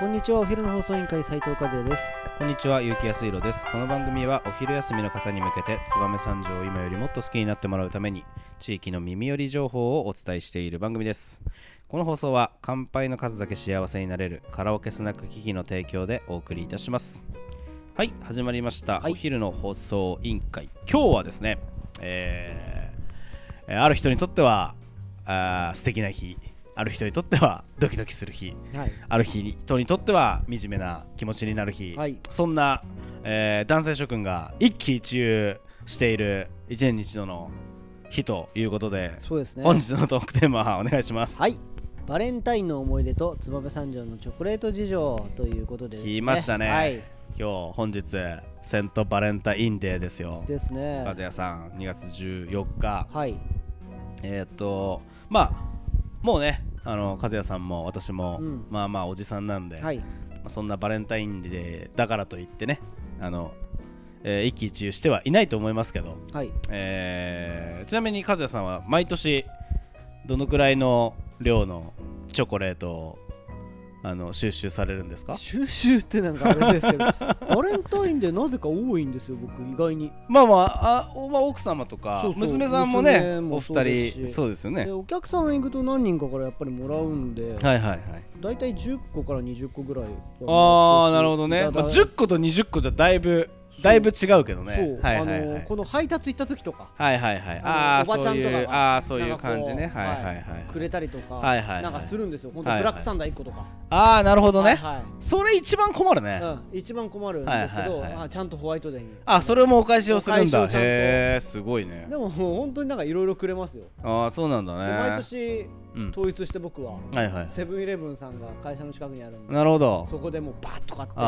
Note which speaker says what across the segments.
Speaker 1: こんにちは。お昼の放送委員会斉藤和也です。
Speaker 2: こんにちは、結城康弘です。この番組はお昼休みの方に向けて燕三条を今よりもっと好きになってもらうために地域の耳寄り情報をお伝えしている番組です。この放送は乾杯の数だけ幸せになれるカラオケスナック機器の提供でお送りいたします。はい、始まりました、お昼の放送委員会。今日はですね、ある人にとっては素敵な日、ある人にとってはドキドキする日、ある人にとっては惨めな気持ちになる日、そんな、男性諸君が一喜一憂している一年に一度の日ということで、
Speaker 1: そうですね、
Speaker 2: 本日のトークテーマはお願いします。
Speaker 1: はい、バレンタインの思い出と燕三条のチョコレート事情ということでですね。
Speaker 2: 聞きましたね、
Speaker 1: はい、
Speaker 2: 本日セントバレンタインデーですよ。
Speaker 1: ですね。
Speaker 2: 和也さん2月14日、
Speaker 1: はい、
Speaker 2: まあもうね、和也さんも私も、まあまあおじさんなんで、
Speaker 1: はい、
Speaker 2: そんなバレンタインデーだからといってね、一喜一憂してはいないと思いますけど、
Speaker 1: はい、
Speaker 2: ちなみに和也さんは毎年どのくらいの量のチョコレートを収集されるんですか？
Speaker 1: 収集ってなんかあれですけどバレンタインでなぜか多いんですよ、僕意外に。
Speaker 2: まあ奥様とか娘さんもね、お二人そうですよね。
Speaker 1: でお客さん行くと何人かからやっぱりもらうんで、
Speaker 2: はいはいはい、
Speaker 1: だいたい10個から20個ぐらい。
Speaker 2: ああ、なるほどね。10個と20個じゃだいぶ違うけどね。
Speaker 1: そう、この配達行った時とか、
Speaker 2: はいはいはい、
Speaker 1: おばちゃんとかが
Speaker 2: そういう感じね、はいはいはい、
Speaker 1: くれたりとか、
Speaker 2: はいはいはい、
Speaker 1: なんかするんですよ。本当ブラックサンダー1個とか。
Speaker 2: ああ、なるほどね、
Speaker 1: はいはい、
Speaker 2: それ一番困るね。
Speaker 1: 一番困るんですけど、ちゃんとホワイトデーに
Speaker 2: それもお返しをするんだ。へえ、すごいね。
Speaker 1: でももう本当になんかいろいろくれますよ。
Speaker 2: ああ、そうなんだね。
Speaker 1: 毎年統一して僕はセブンイレブンさんが会社の近くにあるんで、
Speaker 2: なるほど、
Speaker 1: そこでもうバッと買って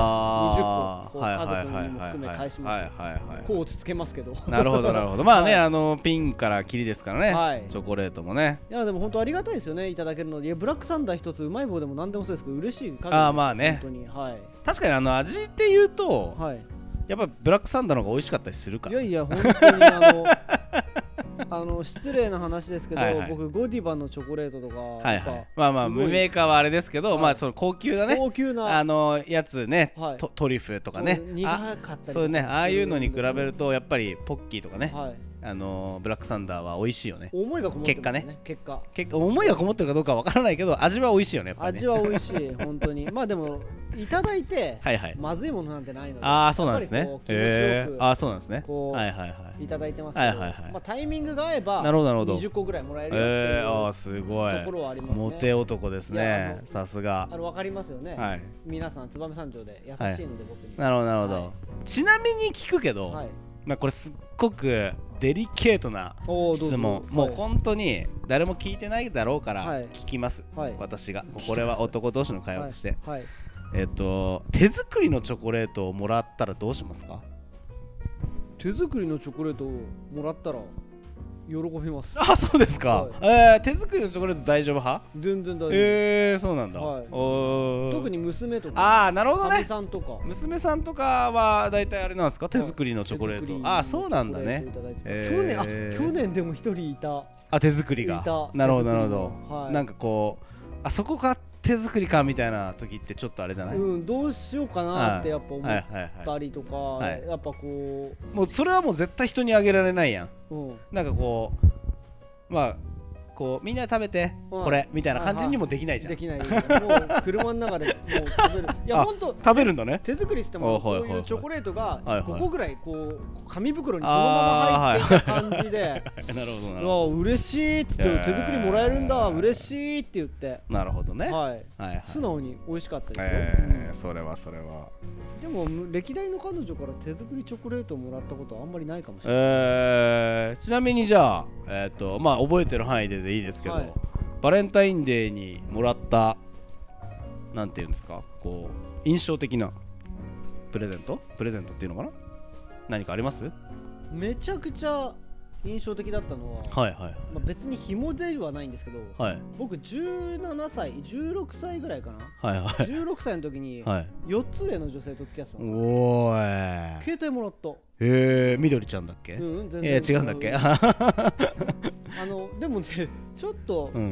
Speaker 1: 20個家族にも含め返しますよ。こう落ち着けますけど。
Speaker 2: なるほどなるほど。まあね、ピンからキリですからね、チョコレートもね。
Speaker 1: いやでも本当ありがたいですよね、いただけるので。いやブラックサンダー一つうまい棒でも何でもそうですけど嬉しい限りです。
Speaker 2: まあね、
Speaker 1: 本当に、はい、
Speaker 2: 確かに味って言うと、やっぱブラックサンダーの方が美味しかったりするから。
Speaker 1: いや本当に失礼な話ですけど、僕ゴディバのチョコレートとか、
Speaker 2: まあメーカーはあれですけど、まあその高級なね、やつね、トリュフとかね、
Speaker 1: 苦かったり、
Speaker 2: そうね、ああいうのに比べるとやっぱりポッキーとかね、ブラックサンダーは美味しいよね。
Speaker 1: 思いがこもってますね。結果
Speaker 2: 思いがこもってるかどうかわからないけど、味は美味しいよね、やっぱりね。
Speaker 1: 味は美味しい本当に。まあでもいただいてまずいものなんてないので、
Speaker 2: そうなんですね。そうなんですね。
Speaker 1: いただいてますけど、まあタイミングが合えば20個ぐらいもらえるよっていう
Speaker 2: すごい
Speaker 1: ところはありますね。
Speaker 2: モテ男ですね、さすが。
Speaker 1: わかりますよね。皆さん燕三条で優しいので僕に。
Speaker 2: なるほどなるほど。ちなみに聞くけど、まあこれすっごくデリケートな質問、もう本当に誰も聞いてないだろうから聞きます、私が。これは男同士の会話として、手作りのチョコレートをもらったらどうしますか？
Speaker 1: 手作りのチョコレートをもらったら喜びます。
Speaker 2: そうですか。手作りのチョコレート大丈夫派？
Speaker 1: 全然大丈夫。
Speaker 2: そうなんだ。
Speaker 1: 特に娘とか、
Speaker 2: なるほどね、
Speaker 1: かみさんとか
Speaker 2: 娘さんとかは大体あれなんですか、手作りのチョコレート。そうなんだね。
Speaker 1: 去年でも一人いた。
Speaker 2: 手作りが。なるほどなるほど。なんかこうそこが手作りかみたいな時ってちょっとあれじゃない？ど
Speaker 1: うしようかなってやっぱ思ったりとか、やっぱこ
Speaker 2: う、もうそれはもう絶対人にあげられないやん。なんかこう、まあこうみんな食べてこれみたいな感じにもできないじゃん。
Speaker 1: できない。もう車の中でもう食べる。いや本当
Speaker 2: 食べるんだね。
Speaker 1: 手作りしてもこういうチョコレートが5個ぐらいこう紙袋にそのまま入っていた感じで、なるほどなるほど。嬉しいっつって、手作りもらえるんだ嬉しいって言って。
Speaker 2: なるほどね。
Speaker 1: 素直に美味しかったですよ。
Speaker 2: それは
Speaker 1: でも歴代の彼女から手作りチョコレートをもらったことはあんまりないかもしれない。
Speaker 2: ちなみにじゃあまあ覚えてる範囲でいいですけど、バレンタインデーにもらったなんていうんですか、こう印象的なプレゼントっていうのかな、何かあります？
Speaker 1: めちゃくちゃ印象的だったのは、まあ、別に紐ではないんですけど、僕17歳16歳ぐらいかな、16歳の時に4つ上の女性と付き合ってたんですよ。
Speaker 2: おーい、
Speaker 1: 携帯もらった。
Speaker 2: みどりちゃんだっけ？
Speaker 1: 全然
Speaker 2: 違うんだっけ？
Speaker 1: でもねちょっと、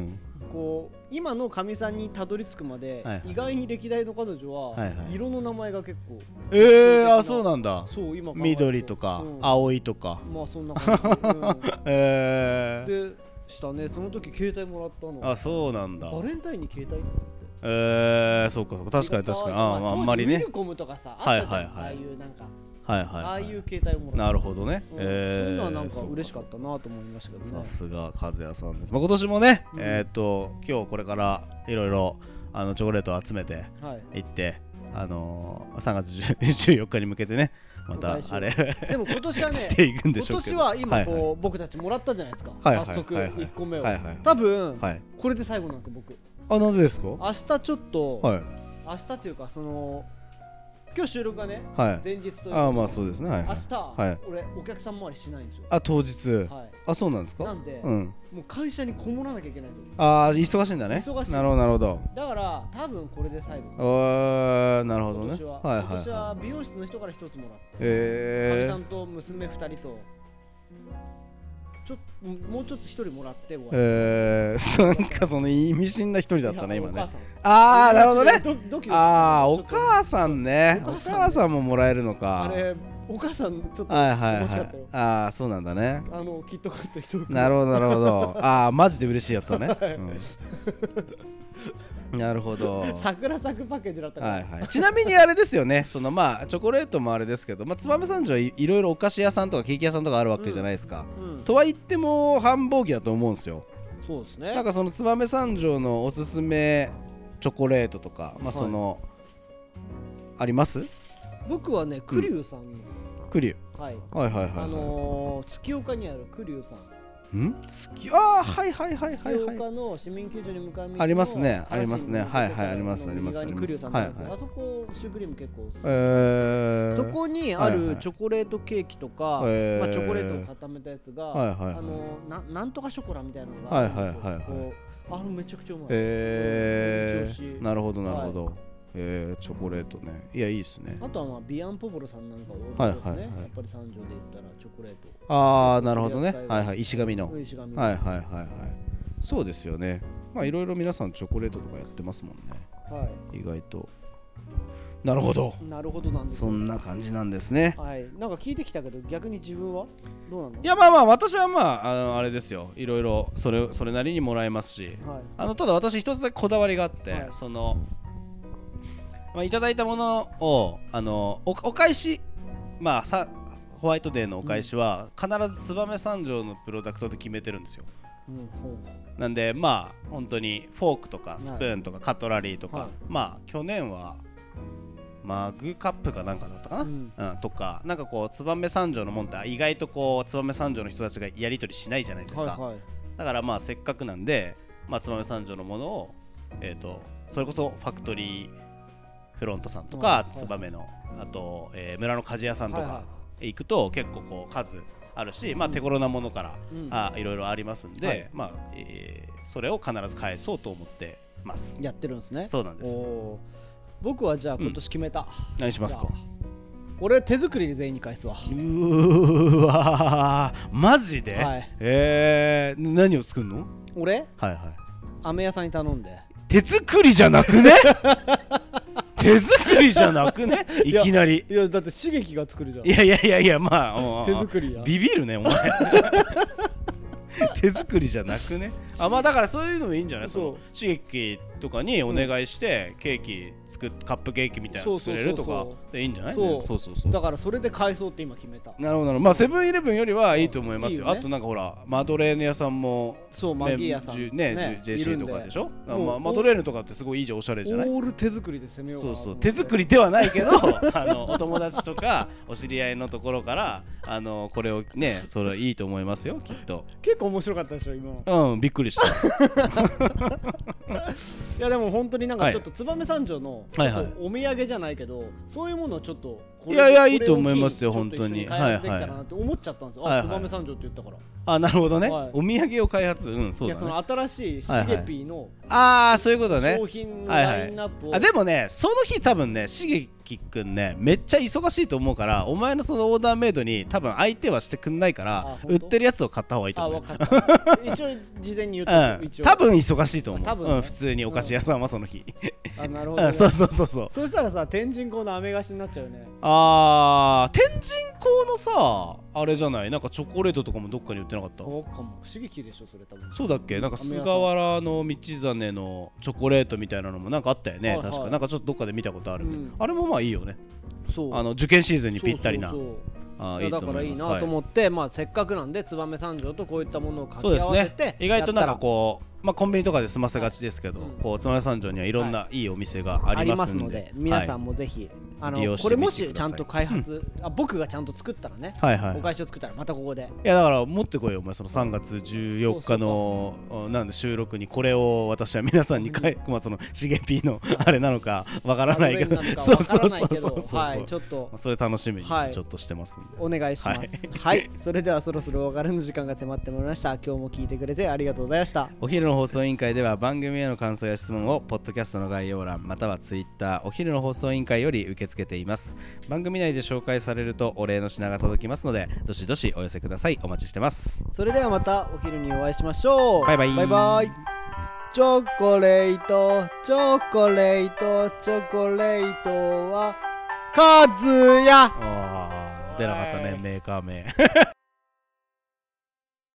Speaker 1: こう今のかみさんにたどり着くまで、はいはい、意外に歴代の彼女は、はいはい、色の名前が結構
Speaker 2: あ、そうなんだ。
Speaker 1: そう今
Speaker 2: 緑とか、青いとか、
Speaker 1: まあそんな感じ、でしたね。その時携帯もらったの。
Speaker 2: あ、そうなんだ。
Speaker 1: バレンタインに携帯って思って。
Speaker 2: そうかそうか、確かに確かに。
Speaker 1: あ
Speaker 2: んまりね。
Speaker 1: ウィルコムとかさ、あったじゃん、ああいうなんか。ああいう携帯をもらった。
Speaker 2: なるほどね。
Speaker 1: そういうのはなんか嬉しかったなと思いましたけどね。
Speaker 2: さすが和也さんです。まあ、今年もね、今日これからいろいろチョコレートを集めて行って、3月14日に向けてね、またあれ
Speaker 1: でも今年はね
Speaker 2: していくんでしょうけど、
Speaker 1: 今年は今こう僕たちもらったじゃないですか。早速1個目を。多分これで最後なんですよ僕。
Speaker 2: なんでですか？
Speaker 1: 明日ちょっと、明日っていうか今日収録がね、前日というか、
Speaker 2: まあそうですね。
Speaker 1: 明日、俺お客さん回りしないんですよ。
Speaker 2: 当日。そうなんですか？
Speaker 1: なんで、もう会社にこもらなきゃいけないんですよ。
Speaker 2: 忙しいんだね。
Speaker 1: 忙しい。
Speaker 2: なるほどなるほど。
Speaker 1: だから多分これで最後。
Speaker 2: なるほどね。
Speaker 1: 私は美容室の人から一つもらって、かみさんと娘2人と。もうちょっと一人もらって終わり。
Speaker 2: なんかその意味深な一人だったね今ね。なるほどね。お母さんね。お母さんももらえるのか。
Speaker 1: あれお母さんちょっと欲しかったよ。
Speaker 2: そうなんだね。
Speaker 1: キットカット一袋。
Speaker 2: なるほどなるほど。マジで嬉しいやつだね。なるほど。
Speaker 1: 桜咲くパッケージだったから。
Speaker 2: ちなみにあれですよね。チョコレートもあれですけど、燕三条いろいろお菓子屋さんとかケーキ屋さんとかあるわけじゃないですか。とは言っても繁忙期だと思うんですよ。
Speaker 1: そうですね。
Speaker 2: なんかその燕三条のおすすめチョコレートとか、あります？
Speaker 1: 僕はね、クリュウさんの。
Speaker 2: クリュウ。
Speaker 1: 月岡にあるクリュウさん。
Speaker 2: 月岡
Speaker 1: の市民球場に向かう道
Speaker 2: ありますね。ありますね。あります。
Speaker 1: クリュウさんなんですけど、あそこシュークリーム結構おすすめ。そこにあるチョコレートケーキとか、チョコレートを固めたやつが、なんとかショコラみたいなのがあるんですよ。めちゃくちゃうまい。
Speaker 2: なるほどなるほど。チョコレートね。いや、いいですね。
Speaker 1: あとはビアンポポロさんなんか多いですね。やっぱり三条で言ったらチョコレー
Speaker 2: ト。なるほどね。石神の。そうですよね。いろいろ皆さんチョコレートとかやってますもんね。意外と。なるほど。
Speaker 1: なるほどなんです。
Speaker 2: そんな感じなんですね。
Speaker 1: なんか聞いてきたけど、逆に自分はどうなの？
Speaker 2: いや、私はあれですよ。いろいろそれなりにもらえますし、ただ私一つだけこだわりがあって、いただいたものをお返し、ホワイトデーのお返しは必ず燕三条のプロダクトで決めてるんですよ。なんで本当にフォークとかスプーンとかカトラリーとか、去年はマグカップかなんかだったかな、とかなんかこう燕三条のもんって意外とこう燕三条の人たちがやり取りしないじゃないですか。だからせっかくなんで燕三条のものをそれこそファクトリーフロントさんとか燕のあと村の鍛冶屋さんとか行くと結構こう数あるし、手頃なものからいろいろありますんで、それを必ず返そうと思ってます。
Speaker 1: やってるんですね。
Speaker 2: そうなんです。
Speaker 1: 僕はじゃあ今年決めた。
Speaker 2: 何しますか？
Speaker 1: 俺手作りで全員に返すわ。
Speaker 2: マジで？何を作るの？
Speaker 1: 俺？飴屋さんに頼んで。
Speaker 2: 手作りじゃなくね？手作りじゃなくね？いきなり。
Speaker 1: いやだって刺激が作るじゃん。
Speaker 2: いや
Speaker 1: 手作りや。
Speaker 2: ビビるねお前。手作りじゃなくね？だからそういうのもいいんじゃない？刺激とかにお願いしてケーキカップケーキみたいなの作れるとかでいいんじゃない？
Speaker 1: だからそれで返そうって今決めた。
Speaker 2: なるほど。セブンイレブンよりはいいと思いますよ。あとなんかほらマドレーヌ屋さんも
Speaker 1: マギー屋さん
Speaker 2: ね JC とかでしょ。マドレーヌとかってすごいいいじゃん、おしゃれじゃない？
Speaker 1: オール手作りで攻めよう。
Speaker 2: そう手作りではないけどお友達とかお知り合いのところからこれをね、それいいと思いますよきっと。
Speaker 1: 結構面白かったでしょ今。
Speaker 2: びっくりした。
Speaker 1: いやでも本当になんかちょっと燕三条のお土産じゃないけど、そういうものをちょっと
Speaker 2: いやいいと思いますよ本当に。
Speaker 1: 開発できたらなって思っちゃったんですよ。燕三条って言ったから。
Speaker 2: なるほどね。お土産を開発。そうだね。
Speaker 1: その新しいシゲピーの
Speaker 2: そういうことね。
Speaker 1: 商品のラインナップを。
Speaker 2: でもねその日多分ねシゲきくんねめっちゃ忙しいと思うから、お前のそのオーダーメイドに多分相手はしてくんないから、売ってるやつを買った方がいいと思う。
Speaker 1: 分かった一応事前に言っとく、一応
Speaker 2: 多分忙しいと思う。
Speaker 1: 多分ね、
Speaker 2: 普通にお菓子屋さんはその日、
Speaker 1: なるほど、ね、
Speaker 2: そうそ
Speaker 1: したらさ、天神港の飴菓子になっちゃうよね。
Speaker 2: 天神港のさあれじゃない、なんかチョコレートとかもどっかに売ってなかった？
Speaker 1: そうかも、刺激でしょそれ多分。
Speaker 2: そうだっけ、なんか菅原の道真のチョコレートみたいなのもなんかあったよね、確かなんかちょっとどっかで見たことある、あれもまあいいよね。そう受験シーズンにぴったりな。
Speaker 1: だからいいなと思って、せっかくなんで燕三条とこういったものを掛け合わせて、
Speaker 2: 意外となんかこう、コンビニとかで済ませがちですけど、こう燕三条にはいろんないいお店がありますので、
Speaker 1: 皆さんもぜひこれもしちゃんと開発、僕がちゃんと作ったらね、お菓子を作ったらまたここで、
Speaker 2: いやだから持ってこいよお前、その3月14日のなんで収録にこれを私は皆さんにそのしげぴーのあれなのかわからないけど、そうちょっとそれ楽しみにちょっとしてますんで
Speaker 1: お願いします。はい、それではそろそろお別れの時間が迫ってまいりました。今日も聞いてくれてありがとうございました。
Speaker 2: お昼の放送委員会では番組への感想や質問をポッドキャストの概要欄またはツイッターお昼の放送委員会より受け付けています。番組内で紹介されるとお礼の品が届きますので、どしどしお寄せください。お待ちしてます。
Speaker 1: それではまたお昼にお会いしましょう。
Speaker 2: バイバイ。
Speaker 1: バイバイ。チョコレートチョコレートチョコレートはカズヤ。
Speaker 2: 出なかったね、メーカー名